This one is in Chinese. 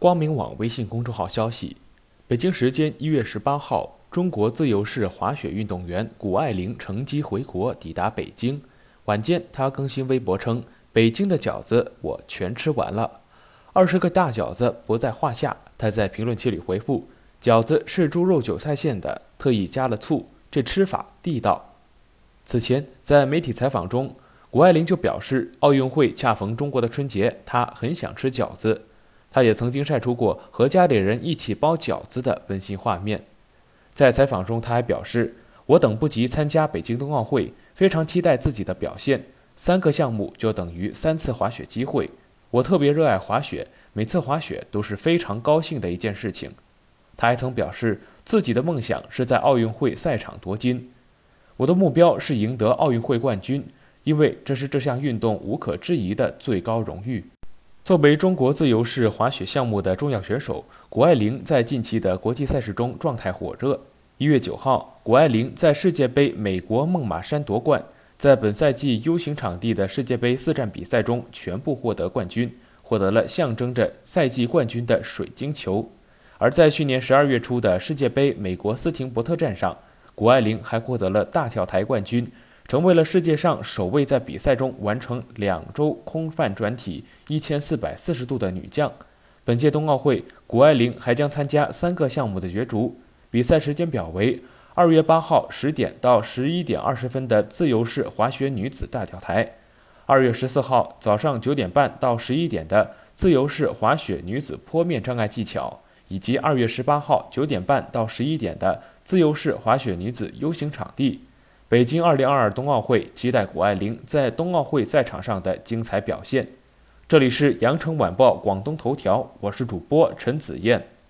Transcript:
光明网微信公众号消息，北京时间1月18号，中国自由式滑雪运动员谷爱凌乘机回国，抵达北京。晚间，她更新微博称：“北京的饺子我全吃完了，20个大饺子不在话下。”她在评论区里回复：“饺子是猪肉韭菜馅的，特意加了醋，这吃法地道。”此前，在媒体采访中，谷爱凌就表示，奥运会恰逢中国的春节，她很想吃饺子。她也曾经晒出过和家里人一起包饺子的温馨画面。在采访中，她还表示：“我等不及参加北京冬奥会，非常期待自己的表现。3个项目就等于3次滑雪机会。我特别热爱滑雪，每次滑雪都是非常高兴的一件事情。”她还曾表示，自己的梦想是在奥运会赛场夺金。我的目标是赢得奥运会冠军，因为这是这项运动无可置疑的最高荣誉。作为中国自由式滑雪项目的重要选手，谷爱凌在近期的国际赛事中状态火热。1月9号，谷爱凌在世界杯美国孟马山夺冠，在本赛季 U 型场地的世界杯4站比赛中全部获得冠军，获得了象征着赛季冠军的水晶球。而在去年12月初的世界杯美国斯廷伯特站上，谷爱凌还获得了大跳台冠军，成为了世界上首位在比赛中完成2周空翻转体1440度的女将。本届冬奥会，谷爱凌还将参加3个项目的角逐。比赛时间表为2月8号10点到11点20分的自由式滑雪女子大跳台，2月14号早上9点半到11点的自由式滑雪女子坡面障碍技巧，以及2月18号9点半到11点的自由式滑雪女子 U 型场地。北京2022冬奥会，期待谷爱凌在冬奥会赛场上的精彩表现。这里是羊城晚报广东头条，我是主播陈子燕。